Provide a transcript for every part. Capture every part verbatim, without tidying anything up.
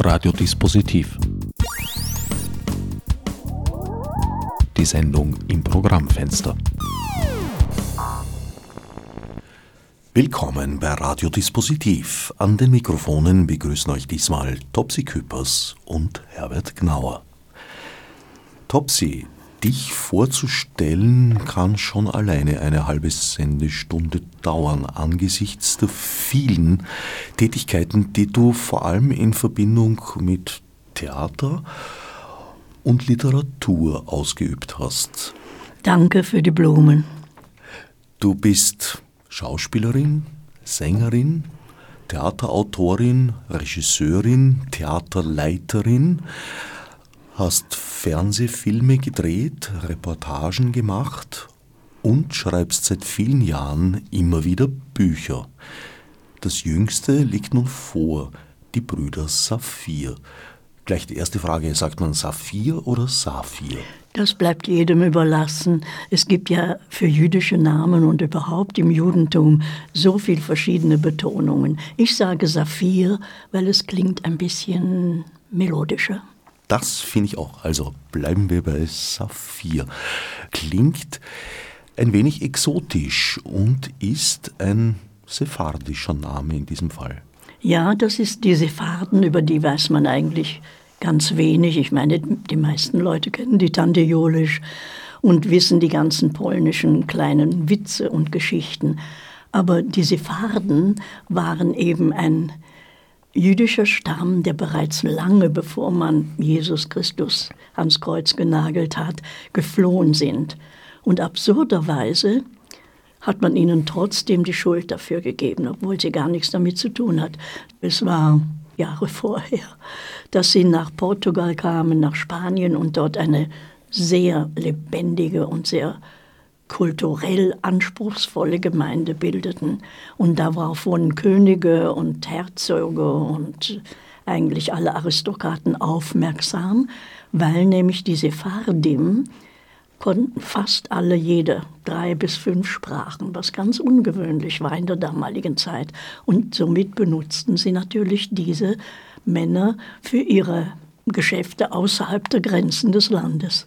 Radiodispositiv. Die Sendung im Programmfenster. Willkommen bei Radiodispositiv. An den Mikrofonen begrüßen euch diesmal Topsy Küppers und Herbert Gnauer. Topsy, dich vorzustellen kann schon alleine eine halbe Sendestunde dauern, angesichts der vielen Tätigkeiten, die du vor allem in Verbindung mit Theater und Literatur ausgeübt hast. Danke für die Blumen. Du bist Schauspielerin, Sängerin, Theaterautorin, Regisseurin, Theaterleiterin, hast Fernsehfilme gedreht, Reportagen gemacht und schreibst seit vielen Jahren immer wieder Bücher. Das jüngste liegt nun vor, die Brüder Saphir. Gleich die erste Frage, sagt man Saphir oder Saphir? Das bleibt jedem überlassen. Es gibt ja für jüdische Namen und überhaupt im Judentum so viele verschiedene Betonungen. Ich sage Saphir, weil es klingt ein bisschen melodischer. Das finde ich auch. Also bleiben wir bei Saphir. Klingt ein wenig exotisch und ist ein sephardischer Name in diesem Fall. Ja, das ist die Sepharden, über die weiß man eigentlich ganz wenig. Ich meine, die meisten Leute kennen die Tante Jolisch und wissen die ganzen polnischen kleinen Witze und Geschichten. Aber die Sepharden waren eben ein jüdischer Stamm, der bereits lange, bevor man Jesus Christus ans Kreuz genagelt hat, geflohen sind. Und absurderweise hat man ihnen trotzdem die Schuld dafür gegeben, obwohl sie gar nichts damit zu tun hat. Es war Jahre vorher, dass sie nach Portugal kamen, nach Spanien und dort eine sehr lebendige und sehr kulturell anspruchsvolle Gemeinde bildeten. Und darauf wurden Könige und Herzöge und eigentlich alle Aristokraten aufmerksam, weil nämlich die Sephardim konnten fast alle jede drei bis fünf Sprachen, was ganz ungewöhnlich war in der damaligen Zeit. Und somit benutzten sie natürlich diese Männer für ihre Geschäfte außerhalb der Grenzen des Landes.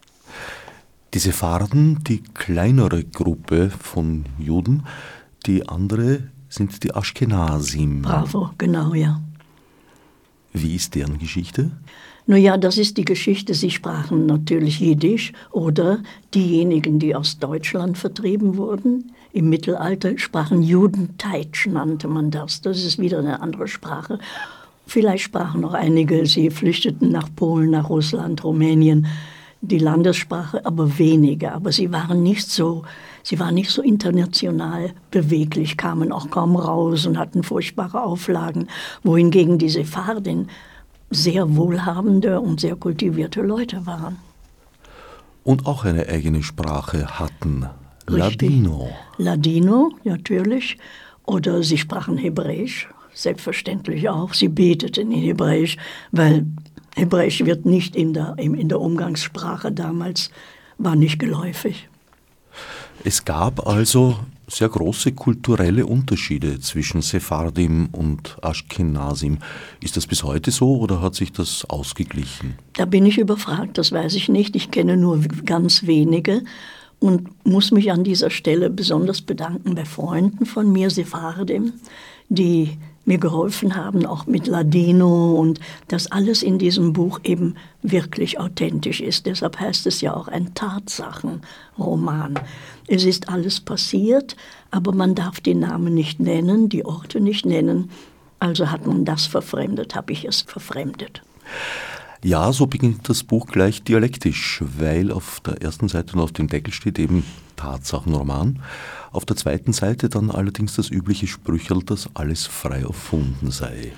Die Sepharden, die kleinere Gruppe von Juden, die andere sind die Aschkenasim. Bravo, genau, ja. Wie ist deren Geschichte? Nun ja, das ist die Geschichte, sie sprachen natürlich Jiddisch oder diejenigen, die aus Deutschland vertrieben wurden. Im Mittelalter sprachen Judenteitsch, nannte man das. Das ist wieder eine andere Sprache. Vielleicht sprachen noch einige, sie flüchteten nach Polen, nach Russland, Rumänien. Die Landessprache, aber wenige. Aber sie waren nicht so, sie waren nicht so international beweglich, kamen auch kaum raus und hatten furchtbare Auflagen, wohingegen die Sepharden sehr wohlhabende und sehr kultivierte Leute waren. Und auch eine eigene Sprache hatten. Richtig. Ladino. Ladino, natürlich. Oder sie sprachen Hebräisch, selbstverständlich auch. Sie beteten in Hebräisch, weil Hebräisch wird nicht in der, in der Umgangssprache damals, war nicht geläufig. Es gab also sehr große kulturelle Unterschiede zwischen Sephardim und Aschkenasim. Ist das bis heute so oder hat sich das ausgeglichen? Da bin ich überfragt, das weiß ich nicht. Ich kenne nur ganz wenige und muss mich an dieser Stelle besonders bedanken bei Freunden von mir, Sephardim, die mir geholfen haben, auch mit Ladino und das alles in diesem Buch eben wirklich authentisch ist. Deshalb heißt es ja auch ein Tatsachenroman. Es ist alles passiert, aber man darf die Namen nicht nennen, die Orte nicht nennen. Also hat man das verfremdet, habe ich es verfremdet. Ja, so beginnt das Buch gleich dialektisch, weil auf der ersten Seite und auf dem Deckel steht eben Tatsachenroman. Auf der zweiten Seite dann allerdings das übliche Sprücherl, dass alles frei erfunden sei.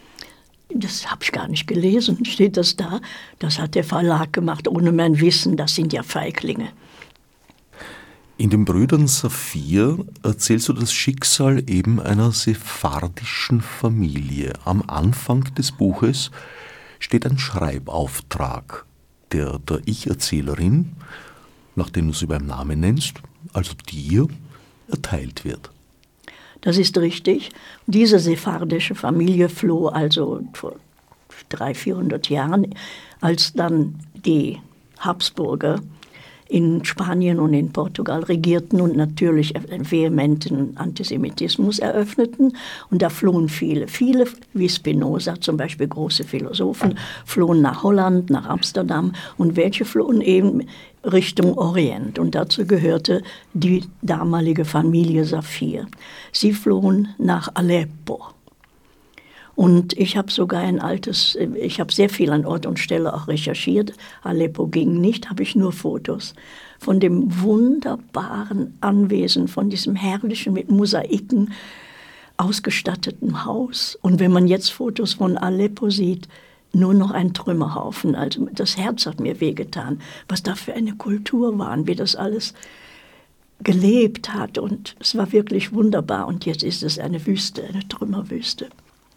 Das habe ich gar nicht gelesen. Steht das da? Das hat der Verlag gemacht, ohne mein Wissen. Das sind ja Feiglinge. In den Brüdern Saphir erzählst du das Schicksal eben einer sephardischen Familie. Am Anfang des Buches steht ein Schreibauftrag, der der Ich-Erzählerin, nachdem du sie beim Namen nennst, also dir, erteilt wird. Das ist richtig. Diese sephardische Familie floh also vor dreihundert, vierhundert Jahren, als dann die Habsburger in Spanien und in Portugal regierten und natürlich einen vehementen Antisemitismus eröffneten. Und da flohen viele. Viele, wie Spinoza zum Beispiel, große Philosophen, flohen nach Holland, nach Amsterdam. Und welche flohen eben Richtung Orient. Und dazu gehörte die damalige Familie Saphir. Sie flohen nach Aleppo. Und ich habe sogar ein altes, ich habe sehr viel an Ort und Stelle auch recherchiert. Aleppo ging nicht, habe ich nur Fotos von dem wunderbaren Anwesen, von diesem herrlichen, mit Mosaiken ausgestatteten Haus. Und wenn man jetzt Fotos von Aleppo sieht, nur noch ein Trümmerhaufen. Also das Herz hat mir wehgetan, was da für eine Kultur war und wie das alles gelebt hat. Und es war wirklich wunderbar. Und jetzt ist es eine Wüste, eine Trümmerwüste.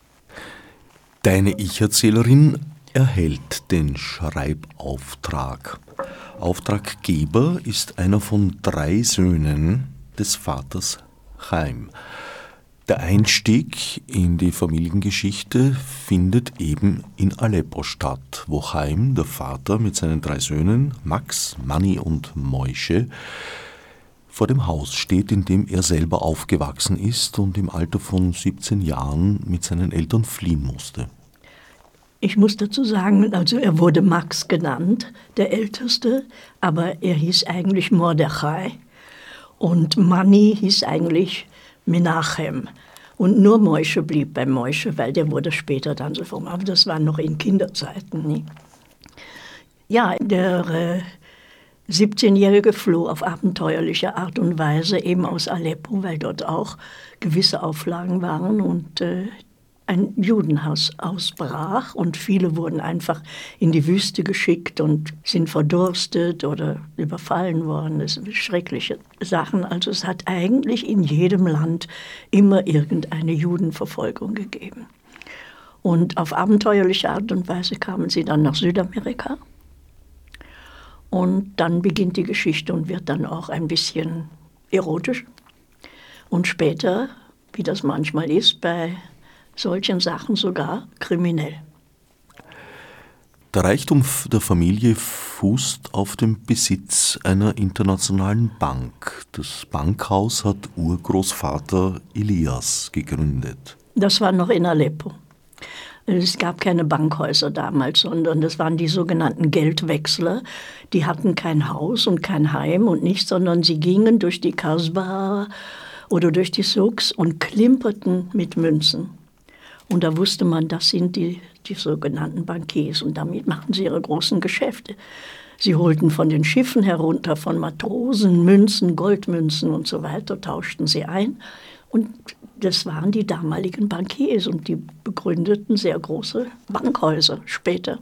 Deine Ich-Erzählerin erhält den Schreibauftrag. Auftraggeber ist einer von drei Söhnen des Vaters Chaim. Der Einstieg in die Familiengeschichte findet eben in Aleppo statt, wo Chaim, der Vater, mit seinen drei Söhnen, Max, Manni und Moische, vor dem Haus steht, in dem er selber aufgewachsen ist und im Alter von siebzehn Jahren mit seinen Eltern fliehen musste. Ich muss dazu sagen, also er wurde Max genannt, der Älteste, aber er hieß eigentlich Mordechai und Manni hieß eigentlich Menachem. Und nur Moische blieb bei Moische, weil der wurde später dann so vom, aber das war noch in Kinderzeiten. Nie. Ja, der äh, siebzehnjährige floh auf abenteuerliche Art und Weise eben aus Aleppo, weil dort auch gewisse Auflagen waren und äh, ein Judenhaus ausbrach und viele wurden einfach in die Wüste geschickt und sind verdurstet oder überfallen worden. Das sind schreckliche Sachen. Also es hat eigentlich in jedem Land immer irgendeine Judenverfolgung gegeben. Und auf abenteuerliche Art und Weise kamen sie dann nach Südamerika. Und dann beginnt die Geschichte und wird dann auch ein bisschen erotisch. Und später, wie das manchmal ist, bei solchen Sachen sogar kriminell. Der Reichtum der Familie fußt auf dem Besitz einer internationalen Bank. Das Bankhaus hat Urgroßvater Elias gegründet. Das war noch in Aleppo. Es gab keine Bankhäuser damals, sondern das waren die sogenannten Geldwechsler. Die hatten kein Haus und kein Heim und nichts, sondern sie gingen durch die Kasbah oder durch die Souks und klimperten mit Münzen. Und da wusste man, das sind die, die sogenannten Bankiers. Und damit machten sie ihre großen Geschäfte. Sie holten von den Schiffen herunter, von Matrosen, Münzen, Goldmünzen und so weiter, tauschten sie ein. Und das waren die damaligen Bankiers und die begründeten sehr große Bankhäuser später.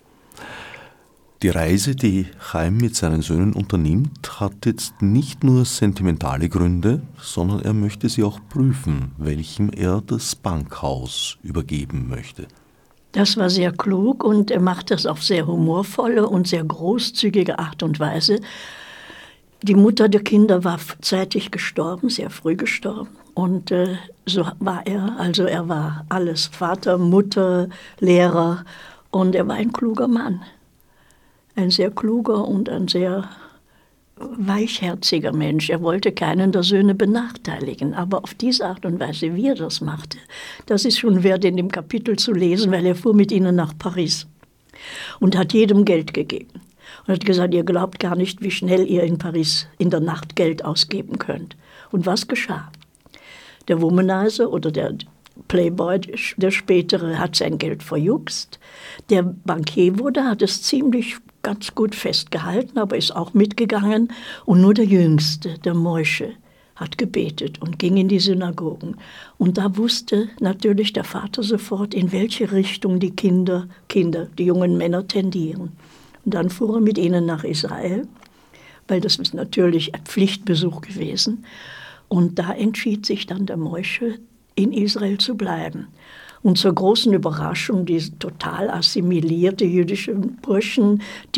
Die Reise, die Chaim mit seinen Söhnen unternimmt, hat jetzt nicht nur sentimentale Gründe, sondern er möchte sie auch prüfen, welchem er das Bankhaus übergeben möchte. Das war sehr klug und er macht das auf sehr humorvolle und sehr großzügige Art und Weise. Die Mutter der Kinder war zeitig gestorben, sehr früh gestorben. Und äh, so war er, also er war alles, Vater, Mutter, Lehrer und er war ein kluger Mann. Ein sehr kluger und ein sehr weichherziger Mensch. Er wollte keinen der Söhne benachteiligen, aber auf diese Art und Weise, wie er das machte, das ist schon wert, in dem Kapitel zu lesen, weil er fuhr mit ihnen nach Paris und hat jedem Geld gegeben. Und hat gesagt, ihr glaubt gar nicht, wie schnell ihr in Paris in der Nacht Geld ausgeben könnt. Und was geschah? Der Womanizer oder der Playboy, der spätere, hat sein Geld verjuckst. Der Bankier wurde, hat es ziemlich ganz gut festgehalten, aber ist auch mitgegangen. Und nur der Jüngste, der Moische, hat gebetet und ging in die Synagogen. Und da wusste natürlich der Vater sofort, in welche Richtung die Kinder, Kinder, die jungen Männer tendieren. Und dann fuhr er mit ihnen nach Israel, weil das ist natürlich ein Pflichtbesuch gewesen. Und da entschied sich dann der Moische, in Israel zu bleiben. Und zur großen Überraschung, diese total assimilierte jüdische Burschen, die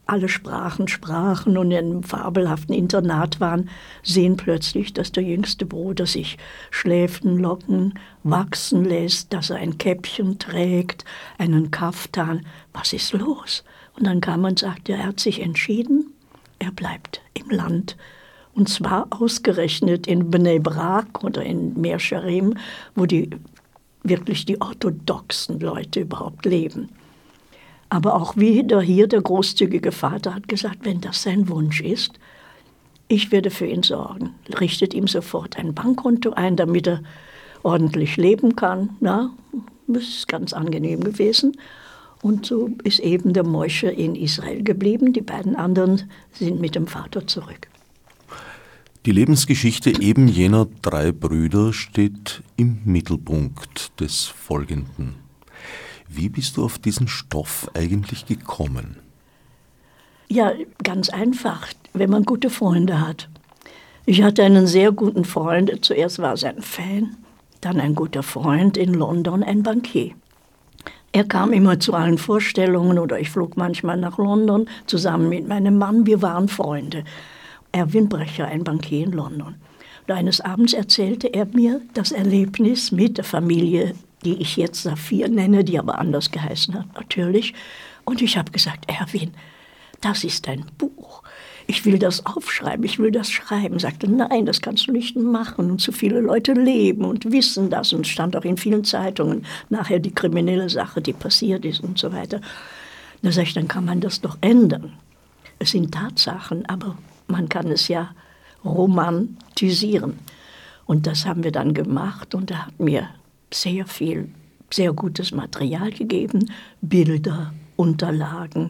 alle Sprachen sprachen und in einem fabelhaften Internat waren, sehen plötzlich, dass der jüngste Bruder sich Schläfenlocken wachsen lässt, dass er ein Käppchen trägt, einen Kaftan. Was ist los? Und dann kam man und sagte, er hat sich entschieden, er bleibt im Land. Und zwar ausgerechnet in Bnei Brak oder in Mea Shearim, wo die wirklich die orthodoxen Leute überhaupt leben. Aber auch wieder hier der großzügige Vater hat gesagt, wenn das sein Wunsch ist, ich werde für ihn sorgen. Richtet ihm sofort ein Bankkonto ein, damit er ordentlich leben kann. Na, das ist ganz angenehm gewesen. Und so ist eben der Moshe in Israel geblieben. Die beiden anderen sind mit dem Vater zurück. Die Lebensgeschichte eben jener drei Brüder steht im Mittelpunkt des Folgenden. Wie bist du auf diesen Stoff eigentlich gekommen? Ja, ganz einfach, wenn man gute Freunde hat. Ich hatte einen sehr guten Freund, zuerst war er ein Fan, dann ein guter Freund in London, ein Bankier. Er kam immer zu allen Vorstellungen oder ich flog manchmal nach London zusammen mit meinem Mann, wir waren Freunde. Erwin Brecher, ein Bankier in London. Und eines Abends erzählte er mir das Erlebnis mit der Familie, die ich jetzt Saphir nenne, die aber anders geheißen hat, natürlich. Und ich habe gesagt, Erwin, das ist ein Buch. Ich will das aufschreiben, ich will das schreiben. Sagte, nein, das kannst du nicht machen. Und so viele Leute leben und wissen das. Und es stand auch in vielen Zeitungen nachher die kriminelle Sache, die passiert ist und so weiter. Da sage ich, dann kann man das doch ändern. Es sind Tatsachen, aber man kann es ja romantisieren. Und das haben wir dann gemacht und er hat mir sehr viel, sehr gutes Material gegeben, Bilder, Unterlagen,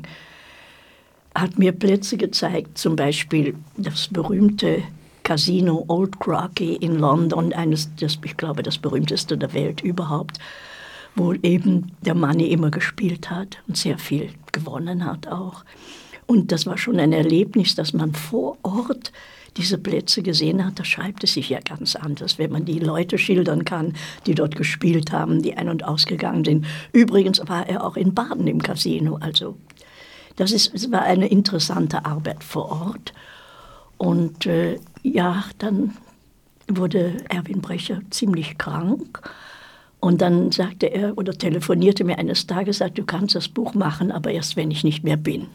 hat mir Plätze gezeigt, zum Beispiel das berühmte Casino Old Crockey in London, eines, das, ich glaube, das berühmteste der Welt überhaupt, wo eben der Money immer gespielt hat und sehr viel gewonnen hat auch. Und das war schon ein Erlebnis, dass man vor Ort diese Plätze gesehen hat. Da schreibt es sich ja ganz anders, wenn man die Leute schildern kann, die dort gespielt haben, die ein- und ausgegangen sind. Übrigens war er auch in Baden im Casino. Also das ist, es war eine interessante Arbeit vor Ort. Und äh, ja, dann wurde Erwin Brecher ziemlich krank. Und dann sagte er oder telefonierte mir eines Tages, sagte, du kannst das Buch machen, aber erst wenn ich nicht mehr bin.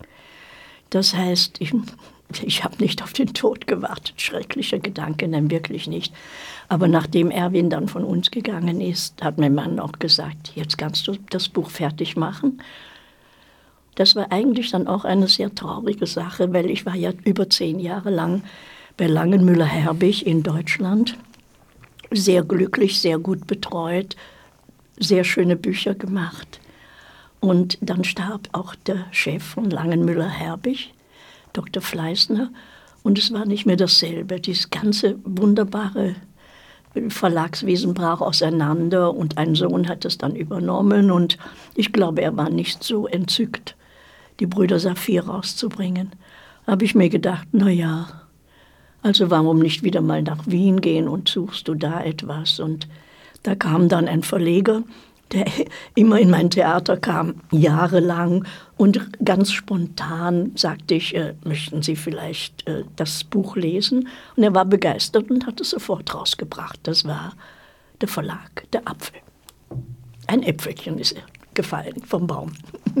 Das heißt, ich, ich habe nicht auf den Tod gewartet. Schrecklicher Gedanke, nein, wirklich nicht. Aber nachdem Erwin dann von uns gegangen ist, hat mein Mann auch gesagt, jetzt kannst du das Buch fertig machen. Das war eigentlich dann auch eine sehr traurige Sache, weil ich war ja über zehn Jahre lang bei Langenmüller-Herbig in Deutschland. Sehr glücklich, sehr gut betreut, sehr schöne Bücher gemacht. Und dann starb auch der Chef von Langenmüller-Herbig, Doktor Fleißner, und es war nicht mehr dasselbe. Dieses ganze wunderbare Verlagswesen brach auseinander und ein Sohn hat es dann übernommen und ich glaube, er war nicht so entzückt, die Brüder Saphir rauszubringen. Da habe ich mir gedacht, na ja, also warum nicht wieder mal nach Wien gehen und suchst du da etwas? Und da kam dann ein Verleger, der immer in mein Theater kam, jahrelang. Und ganz spontan sagte ich, äh, möchten Sie vielleicht äh, das Buch lesen? Und er war begeistert und hat es sofort rausgebracht. Das war der Verlag, der Apfel. Ein Äpfelchen ist gefallen vom Baum.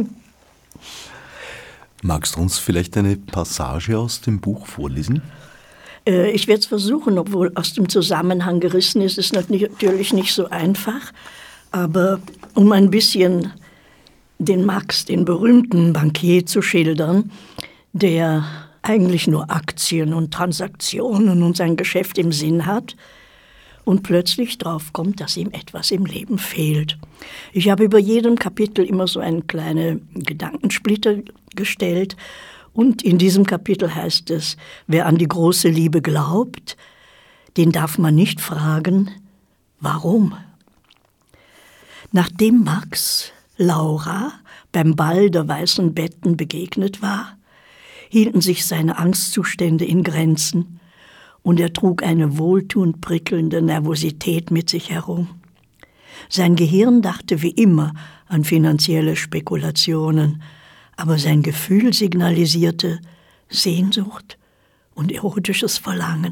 Magst du uns vielleicht eine Passage aus dem Buch vorlesen? Äh, ich werde es versuchen, obwohl aus dem Zusammenhang gerissen ist, ist natürlich nicht so einfach. Aber um ein bisschen den Max, den berühmten Bankier, zu schildern, der eigentlich nur Aktien und Transaktionen und sein Geschäft im Sinn hat und plötzlich drauf kommt, dass ihm etwas im Leben fehlt. Ich habe über jedem Kapitel immer so einen kleinen Gedankensplitter gestellt und in diesem Kapitel heißt es, wer an die große Liebe glaubt, den darf man nicht fragen, warum? Nachdem Max Laura beim Ball der weißen Betten begegnet war, hielten sich seine Angstzustände in Grenzen und er trug eine wohltuend prickelnde Nervosität mit sich herum. Sein Gehirn dachte wie immer an finanzielle Spekulationen, aber sein Gefühl signalisierte Sehnsucht und erotisches Verlangen.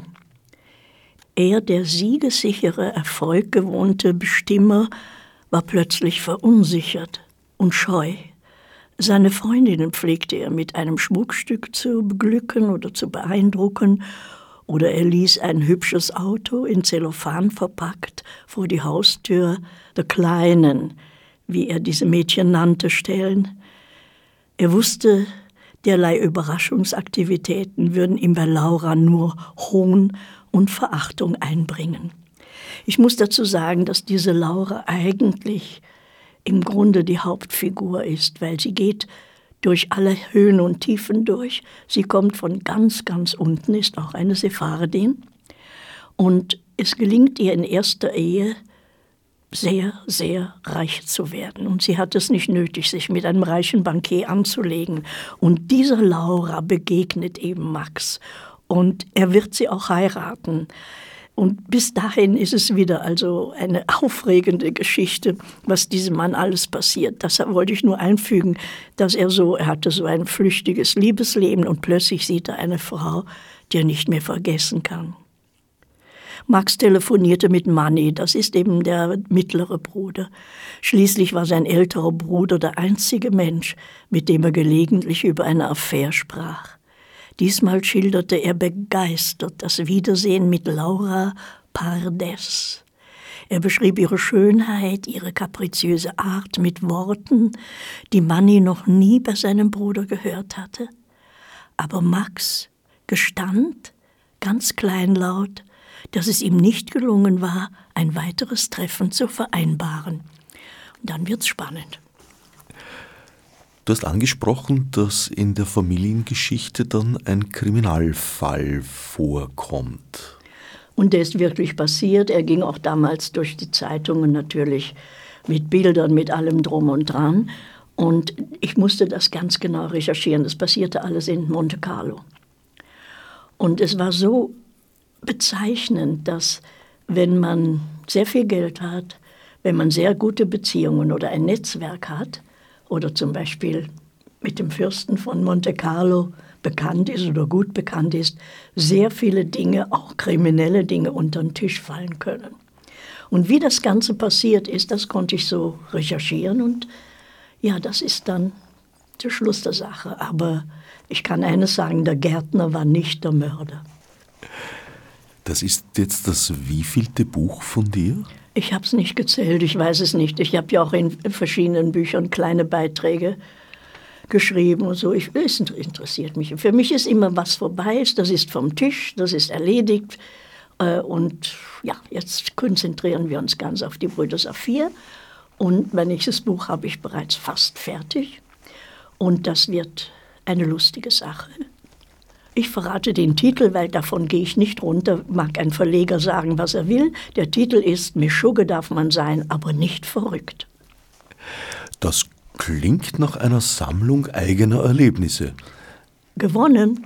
Er, der siegessichere, erfolggewohnte Bestimmer, war plötzlich verunsichert und scheu. Seine Freundinnen pflegte er mit einem Schmuckstück zu beglücken oder zu beeindrucken, oder er ließ ein hübsches Auto in Zellophan verpackt vor die Haustür der Kleinen, wie er diese Mädchen nannte, stellen. Er wusste, derlei Überraschungsaktivitäten würden ihm bei Laura nur Hohn und Verachtung einbringen. Ich muss dazu sagen, dass diese Laura eigentlich im Grunde die Hauptfigur ist, weil sie geht durch alle Höhen und Tiefen durch. Sie kommt von ganz, ganz unten, ist auch eine Sephardin. Und es gelingt ihr in erster Ehe, sehr, sehr reich zu werden. Und sie hat es nicht nötig, sich mit einem reichen Bankier anzulegen. Und dieser Laura begegnet eben Max. Und er wird sie auch heiraten. Und bis dahin ist es wieder also eine aufregende Geschichte, was diesem Mann alles passiert. Das wollte ich nur einfügen, dass er so, er hatte so ein flüchtiges Liebesleben und plötzlich sieht er eine Frau, die er nicht mehr vergessen kann. Max telefonierte mit Manni, das ist eben der mittlere Bruder. Schließlich war sein älterer Bruder der einzige Mensch, mit dem er gelegentlich über eine Affäre sprach. Diesmal schilderte er begeistert das Wiedersehen mit Laura Pardes. Er beschrieb ihre Schönheit, ihre kapriziöse Art mit Worten, die Manni noch nie bei seinem Bruder gehört hatte. Aber Max gestand, ganz kleinlaut, dass es ihm nicht gelungen war, ein weiteres Treffen zu vereinbaren. Und dann wird's spannend. Du hast angesprochen, dass in der Familiengeschichte dann ein Kriminalfall vorkommt. Und der ist wirklich passiert. Er ging auch damals durch die Zeitungen natürlich mit Bildern, mit allem drum und dran. Und ich musste das ganz genau recherchieren. Das passierte alles in Monte Carlo. Und es war so bezeichnend, dass wenn man sehr viel Geld hat, wenn man sehr gute Beziehungen oder ein Netzwerk hat, oder zum Beispiel mit dem Fürsten von Monte Carlo bekannt ist oder gut bekannt ist, sehr viele Dinge, auch kriminelle Dinge, unter den Tisch fallen können. Und wie das Ganze passiert ist, das konnte ich so recherchieren und ja, das ist dann der Schluss der Sache. Aber ich kann eines sagen, der Gärtner war nicht der Mörder. Das ist jetzt das wievielte Buch von dir? Ich habe es nicht gezählt, ich weiß es nicht. Ich habe ja auch in verschiedenen Büchern kleine Beiträge geschrieben und so. Ich, es interessiert mich. Für mich ist immer, was vorbei ist, das ist vom Tisch, das ist erledigt. Und ja, jetzt konzentrieren wir uns ganz auf die Brüder Saphir. Und mein nächstes Buch habe ich bereits fast fertig. Und das wird eine lustige Sache. Ich verrate den Titel, weil davon gehe ich nicht runter. Mag ein Verleger sagen, was er will. Der Titel ist Meschugge darf man sein, aber nicht verrückt. Das klingt nach einer Sammlung eigener Erlebnisse. Gewonnen.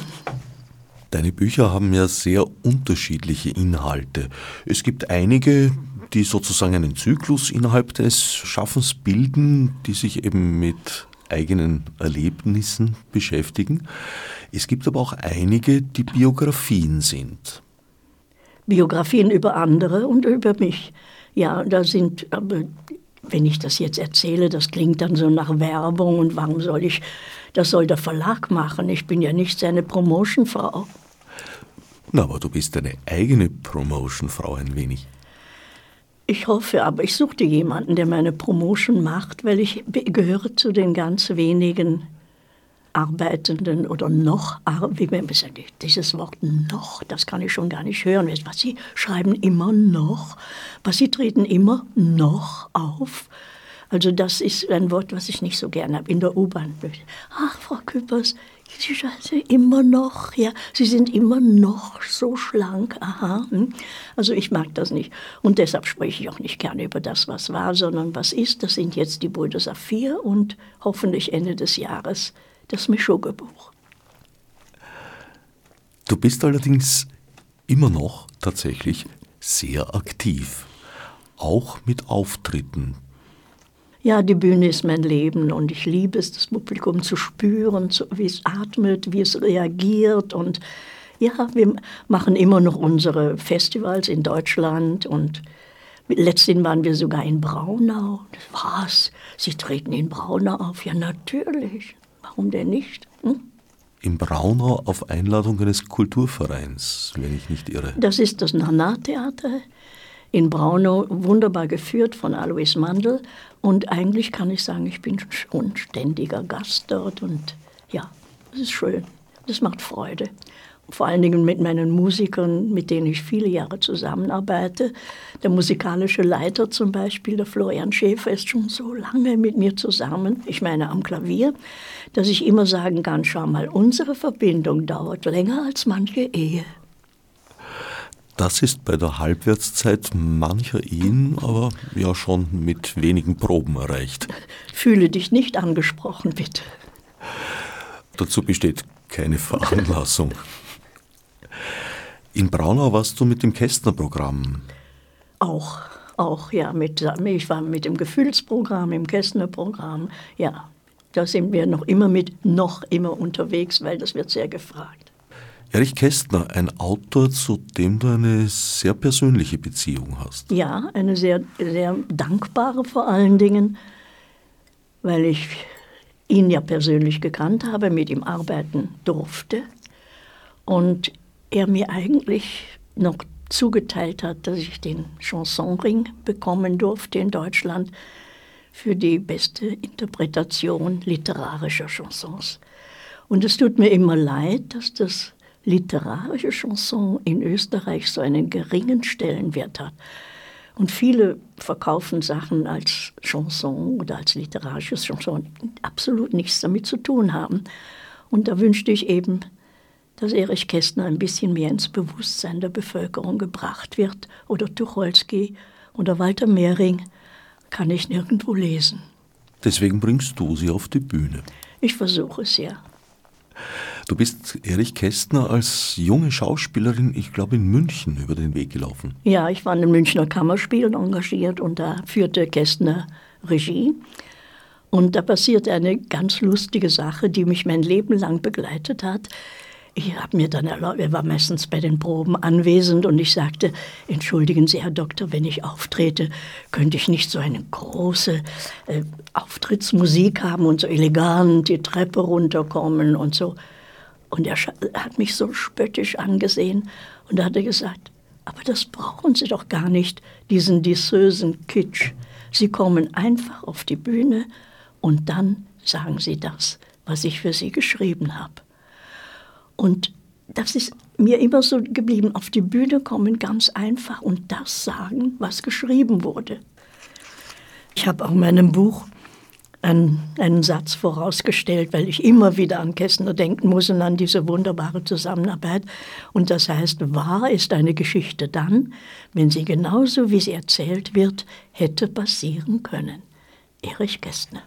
Deine Bücher haben ja sehr unterschiedliche Inhalte. Es gibt einige, die sozusagen einen Zyklus innerhalb des Schaffens bilden, die sich eben mit eigenen Erlebnissen beschäftigen. Es gibt aber auch einige, die Biografien sind. Biografien über andere und über mich. Ja, da sind, aber wenn ich das jetzt erzähle, das klingt dann so nach Werbung und warum soll ich, das soll der Verlag machen. Ich bin ja nicht seine Promotionfrau. Na, aber du bist deine eigene Promotionfrau ein wenig. Ich hoffe, aber ich suchte jemanden, der meine Promotion macht, weil ich gehöre zu den ganz wenigen Arbeitenden oder noch, wie man sagt, dieses Wort noch, das kann ich schon gar nicht hören. Was sie schreiben immer noch, was sie treten immer noch auf. Also das ist ein Wort, was ich nicht so gerne habe. In der U-Bahn. Ach, Frau Küppers, Sie schreiben immer noch, ja, Sie sind immer noch so schlank, aha. Also ich mag das nicht. Und deshalb spreche ich auch nicht gerne über das, was war, sondern was ist. Das sind jetzt die Brüder Saphir und hoffentlich Ende des Jahres das Meschugge-Buch. Du bist allerdings immer noch tatsächlich sehr aktiv, auch mit Auftritten. Ja, die Bühne ist mein Leben und ich liebe es, das Publikum zu spüren, zu, wie es atmet, wie es reagiert. Und ja, wir machen immer noch unsere Festivals in Deutschland und letztens waren wir sogar in Braunau. Was? Sie treten in Braunau auf? Ja, natürlich. Warum denn nicht? Hm? In Braunau auf Einladung eines Kulturvereins, wenn ich nicht irre. Das ist das Nana-Theater in Braunau, wunderbar geführt von Alois Mandl. Und eigentlich kann ich sagen, ich bin schon ständiger Gast dort. Und ja, das ist schön. Das macht Freude. Vor allen Dingen mit meinen Musikern, mit denen ich viele Jahre zusammenarbeite. Der musikalische Leiter zum Beispiel, der Florian Schäfer, ist schon so lange mit mir zusammen, ich meine am Klavier, dass ich immer sagen kann, schau mal, unsere Verbindung dauert länger als manche Ehe. Das ist bei der Halbwertszeit mancher Ehen aber ja schon mit wenigen Proben erreicht. Fühle dich nicht angesprochen, bitte. Dazu besteht keine Veranlassung. In Braunau warst du mit dem Kästner-Programm. Auch, auch, ja. Mit, ich war mit dem Gefühlsprogramm, im Kästner-Programm. Ja, da sind wir noch immer mit, noch immer unterwegs, weil das wird sehr gefragt. Erich Kästner, ein Autor, zu dem du eine sehr persönliche Beziehung hast. Ja, eine sehr, sehr dankbare vor allen Dingen, weil ich ihn ja persönlich gekannt habe, mit ihm arbeiten durfte. Und er mir eigentlich noch zugeteilt hat, dass ich den Chansonring bekommen durfte in Deutschland für die beste Interpretation literarischer Chansons. Und es tut mir immer leid, dass das literarische Chanson in Österreich so einen geringen Stellenwert hat. Und viele verkaufen Sachen als Chanson oder als literarisches Chanson, die absolut nichts damit zu tun haben. Und da wünschte ich eben, dass Erich Kästner ein bisschen mehr ins Bewusstsein der Bevölkerung gebracht wird. Oder Tucholsky oder Walter Mehring, kann ich nirgendwo lesen. Deswegen bringst du sie auf die Bühne. Ich versuche es ja. Du bist Erich Kästner als junge Schauspielerin, ich glaube in München, über den Weg gelaufen. Ja, ich war in den Münchner Kammerspielen engagiert und da führte Kästner Regie. Und da passierte eine ganz lustige Sache, die mich mein Leben lang begleitet hat. Ich habe mir dann erlaubt, er war meistens bei den Proben anwesend und ich sagte, entschuldigen Sie, Herr Doktor, wenn ich auftrete, könnte ich nicht so eine große äh, Auftrittsmusik haben und so elegant die Treppe runterkommen und so. Und er hat mich so spöttisch angesehen und hat gesagt, aber das brauchen Sie doch gar nicht, diesen dissösen Kitsch. Sie kommen einfach auf die Bühne und dann sagen Sie das, was ich für Sie geschrieben habe. Und das ist mir immer so geblieben, auf die Bühne kommen ganz einfach und das sagen, was geschrieben wurde. Ich habe auch in meinem Buch einen, einen Satz vorausgestellt, weil ich immer wieder an Kästner denken muss und an diese wunderbare Zusammenarbeit. Und das heißt, wahr ist eine Geschichte dann, wenn sie genauso, wie sie erzählt wird, hätte passieren können. Erich Kästner.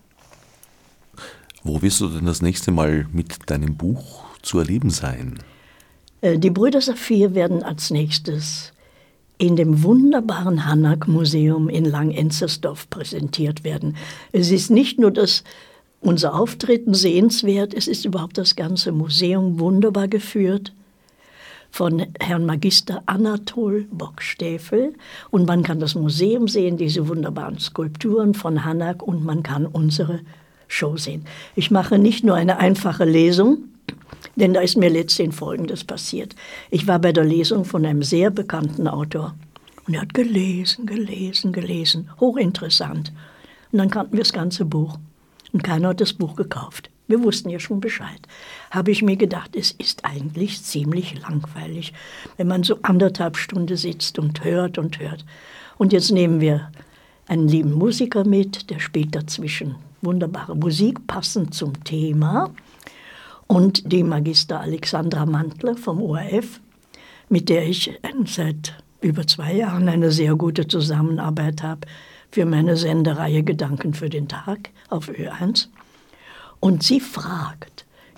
Wo wirst du denn das nächste Mal mit deinem Buch zu erleben sein? Die Brüder Saphir werden als nächstes in dem wunderbaren Hanak-Museum in Lang-Enzersdorf präsentiert werden. Es ist nicht nur das, unser Auftreten sehenswert, es ist überhaupt das ganze Museum wunderbar geführt von Herrn Magister Anatol Bockstäfel. Und man kann das Museum sehen, diese wunderbaren Skulpturen von Hanak und man kann unsere Show sehen. Ich mache nicht nur eine einfache Lesung, denn da ist mir letztendlich Folgendes passiert. Ich war bei der Lesung von einem sehr bekannten Autor und er hat gelesen, gelesen, gelesen, hochinteressant. Und dann kannten wir das ganze Buch und keiner hat das Buch gekauft. Wir wussten ja schon Bescheid. Habe ich mir gedacht, es ist eigentlich ziemlich langweilig, wenn man so anderthalb Stunden sitzt und hört und hört. Und jetzt nehmen wir einen lieben Musiker mit, der spielt dazwischen wunderbare Musik, passend zum Thema. Und die Magister Alexandra Mantler vom O R F, mit der ich seit über zwei Jahren eine sehr gute Zusammenarbeit habe für meine Sendereihe Gedanken für den Tag auf Ö eins. Und sie fragt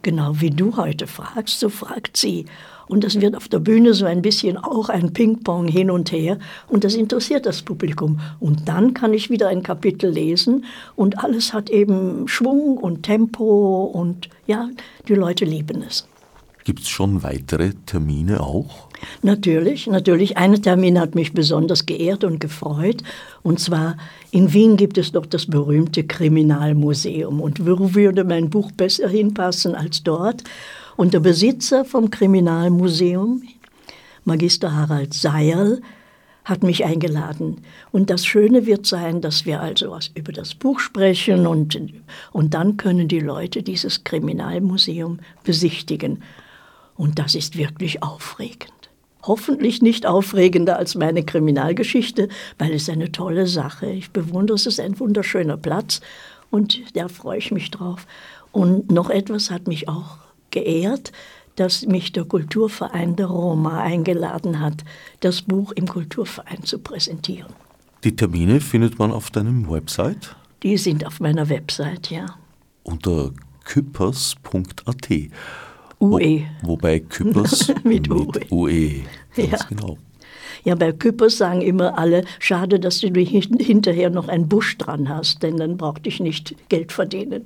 Genau wie du heute fragst, so fragt sie. Und das wird auf der Bühne so ein bisschen auch ein Ping-Pong hin und her. Und das interessiert das Publikum. Und dann kann ich wieder ein Kapitel lesen. Und alles hat eben Schwung und Tempo. Und ja, die Leute lieben es. Gibt es schon weitere Termine auch? Natürlich, natürlich. Ein Termin hat mich besonders geehrt und gefreut. Und zwar in Wien gibt es doch das berühmte Kriminalmuseum. Und wo würde mein Buch besser hinpassen als dort? Und der Besitzer vom Kriminalmuseum, Magister Harald Seierl, hat mich eingeladen. Und das Schöne wird sein, dass wir also was über das Buch sprechen und, und dann können die Leute dieses Kriminalmuseum besichtigen. Und das ist wirklich aufregend. Hoffentlich nicht aufregender als meine Kriminalgeschichte, weil es eine tolle Sache ist. Ich bewundere es, es ist ein wunderschöner Platz und da freue ich mich drauf. Und noch etwas hat mich auch geehrt, dass mich der Kulturverein der Roma eingeladen hat, das Buch im Kulturverein zu präsentieren. Die Termine findet man auf deinem Website? Die sind auf meiner Website, ja. Unter küppers punkt a t. U E. Wo, wobei Küppers mit, mit U E. Ganz ja. genau. Ja, bei Küppers sagen immer alle, schade, dass du hinterher noch einen Busch dran hast, denn dann brauchte ich nicht Geld verdienen.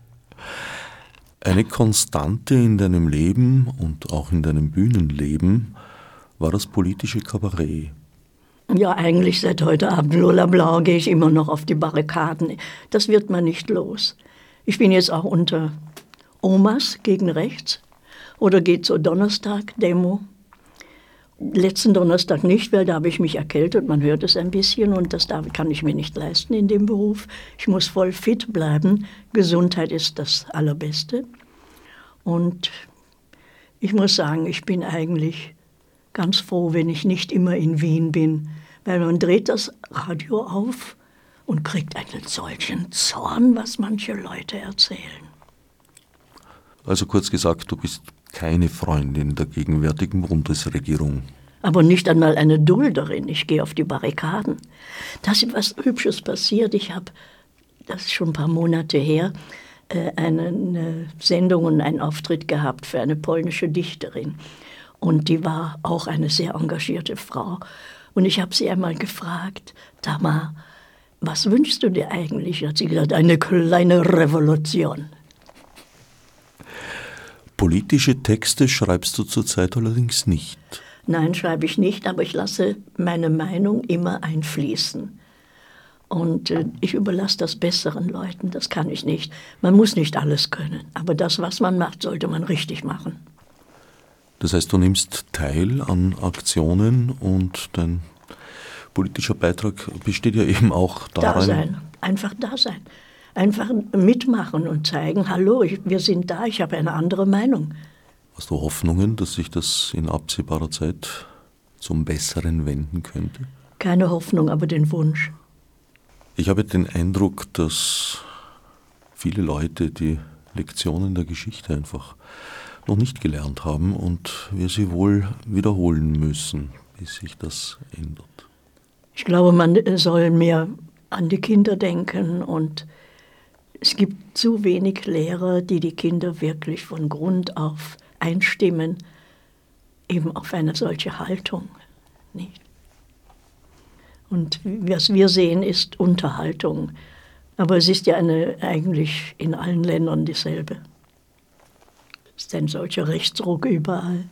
Eine Konstante in deinem Leben und auch in deinem Bühnenleben war das politische Kabarett. Ja, eigentlich seit heute Abend Lola Blau gehe ich immer noch auf die Barrikaden. Das wird man nicht los. Ich bin jetzt auch unter Omas gegen rechts oder gehe zur Donnerstag-Demo. Letzten Donnerstag nicht, weil da habe ich mich erkältet, man hört es ein bisschen und das kann ich mir nicht leisten in dem Beruf. Ich muss voll fit bleiben, Gesundheit ist das Allerbeste. Und ich muss sagen, ich bin eigentlich ganz froh, wenn ich nicht immer in Wien bin, weil man dreht das Radio auf und kriegt einen solchen Zorn, was manche Leute erzählen. Also kurz gesagt, du bist keine Freundin der gegenwärtigen Bundesregierung. Aber nicht einmal eine Dulderin. Ich gehe auf die Barrikaden. Da ist was Hübsches passiert. Ich habe, das ist schon ein paar Monate her, eine, eine Sendung und einen Auftritt gehabt für eine polnische Dichterin. Und die war auch eine sehr engagierte Frau. Und ich habe sie einmal gefragt, Tamar, was wünschst du dir eigentlich? Hat sie gesagt, eine kleine Revolution. Politische Texte schreibst du zurzeit allerdings nicht. Nein, schreibe ich nicht, aber ich lasse meine Meinung immer einfließen. Und äh, ich überlasse das besseren Leuten, das kann ich nicht. Man muss nicht alles können, aber das, was man macht, sollte man richtig machen. Das heißt, du nimmst teil an Aktionen und dein politischer Beitrag besteht ja eben auch darin... Da sein, einfach da sein. Einfach mitmachen und zeigen, hallo, ich, wir sind da, ich habe eine andere Meinung. Hast du Hoffnungen, dass sich das in absehbarer Zeit zum Besseren wenden könnte? Keine Hoffnung, aber den Wunsch. Ich habe den Eindruck, dass viele Leute die Lektionen der Geschichte einfach noch nicht gelernt haben und wir sie wohl wiederholen müssen, bis sich das ändert. Ich glaube, man soll mehr an die Kinder denken und es gibt zu wenig Lehrer, die die Kinder wirklich von Grund auf einstimmen, eben auf eine solche Haltung. Nicht? Und was wir sehen, ist Unterhaltung. Aber es ist ja eine, eigentlich in allen Ländern dieselbe. Es ist ein solcher Rechtsruck überall.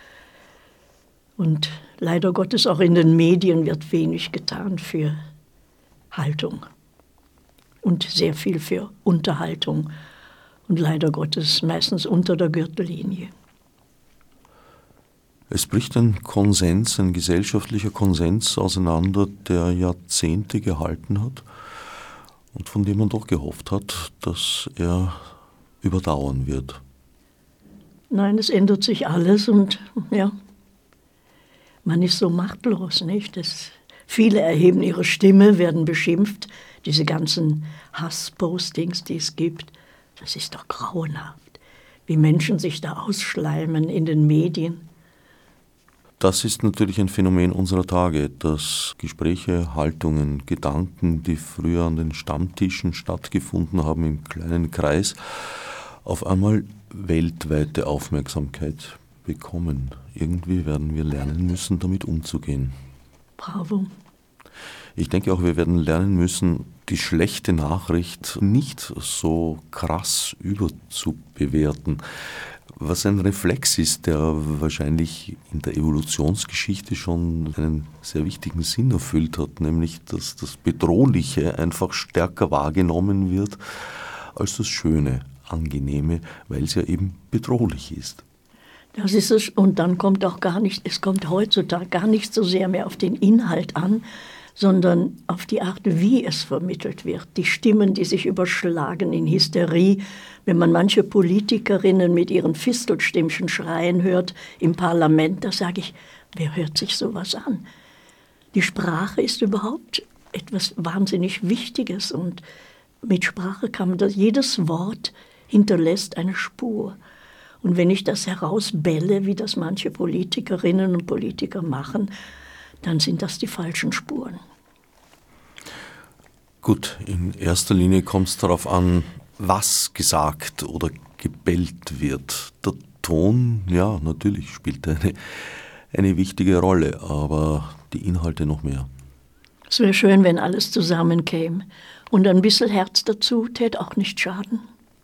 Und leider Gottes auch in den Medien wird wenig getan für Haltung. Und sehr viel für Unterhaltung. Und leider Gottes meistens unter der Gürtellinie. Es bricht ein Konsens, ein gesellschaftlicher Konsens auseinander, der Jahrzehnte gehalten hat und von dem man doch gehofft hat, dass er überdauern wird. Nein, es ändert sich alles und ja, man ist so machtlos, nicht? Das, viele erheben ihre Stimme, werden beschimpft. Diese ganzen Hasspostings, die es gibt, das ist doch grauenhaft, wie Menschen sich da ausschleimen in den Medien. Das ist natürlich ein Phänomen unserer Tage, dass Gespräche, Haltungen, Gedanken, die früher an den Stammtischen stattgefunden haben, im kleinen Kreis, auf einmal weltweite Aufmerksamkeit bekommen. Irgendwie werden wir lernen müssen, damit umzugehen. Bravo. Ich denke auch, wir werden lernen müssen, die schlechte Nachricht nicht so krass überzubewerten. Was ein Reflex ist, der wahrscheinlich in der Evolutionsgeschichte schon einen sehr wichtigen Sinn erfüllt hat, nämlich dass das Bedrohliche einfach stärker wahrgenommen wird als das Schöne, Angenehme, weil es ja eben bedrohlich ist. Das ist es. Und dann kommt auch gar nicht, es kommt heutzutage gar nicht so sehr mehr auf den Inhalt an, sondern auf die Art, wie es vermittelt wird. Die Stimmen, die sich überschlagen in Hysterie. Wenn man manche Politikerinnen mit ihren Fistelstimmchen schreien hört im Parlament, da sage ich, wer hört sich sowas an? Die Sprache ist überhaupt etwas wahnsinnig Wichtiges und mit Sprache kann man das, jedes Wort hinterlässt eine Spur. Und wenn ich das herausbälle, wie das manche Politikerinnen und Politiker machen, dann sind das die falschen Spuren. Gut, in erster Linie kommt es darauf an, was gesagt oder gebellt wird. Der Ton, ja, natürlich spielt eine, eine wichtige Rolle, aber die Inhalte noch mehr. Es wäre schön, wenn alles zusammenkäme. Und ein bisschen Herz dazu täte auch nicht schaden.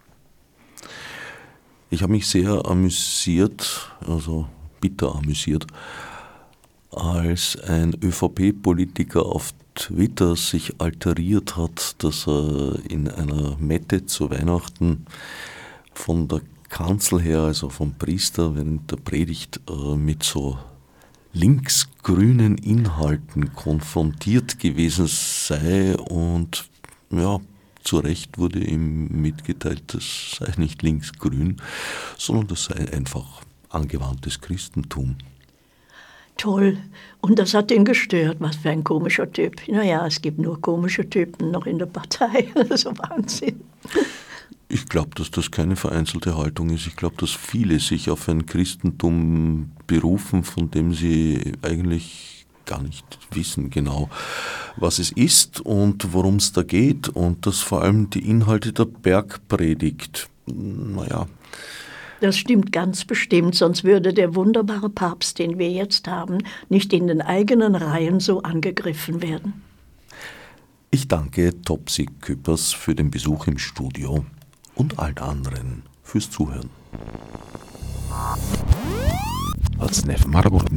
Ich habe mich sehr amüsiert, also bitter amüsiert, als ein ÖVP-Politiker auf Twitter sich alteriert hat, dass er in einer Mette zu Weihnachten von der Kanzel her, also vom Priester während der Predigt, mit so linksgrünen Inhalten konfrontiert gewesen sei und ja, zu Recht wurde ihm mitgeteilt, das sei nicht linksgrün, sondern das sei einfach angewandtes Christentum. Toll. Und das hat ihn gestört. Was für ein komischer Typ. Naja, es gibt nur komische Typen noch in der Partei. So Wahnsinn. Ich glaube, dass das keine vereinzelte Haltung ist. Ich glaube, dass viele sich auf ein Christentum berufen, von dem sie eigentlich gar nicht wissen genau, was es ist und worum es da geht. Und dass vor allem die Inhalte der Bergpredigt, naja, das stimmt ganz bestimmt, sonst würde der wunderbare Papst, den wir jetzt haben, nicht in den eigenen Reihen so angegriffen werden. Ich danke Topsy Küppers für den Besuch im Studio und allen anderen fürs Zuhören.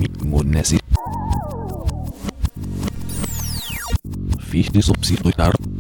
Fichte subsidiar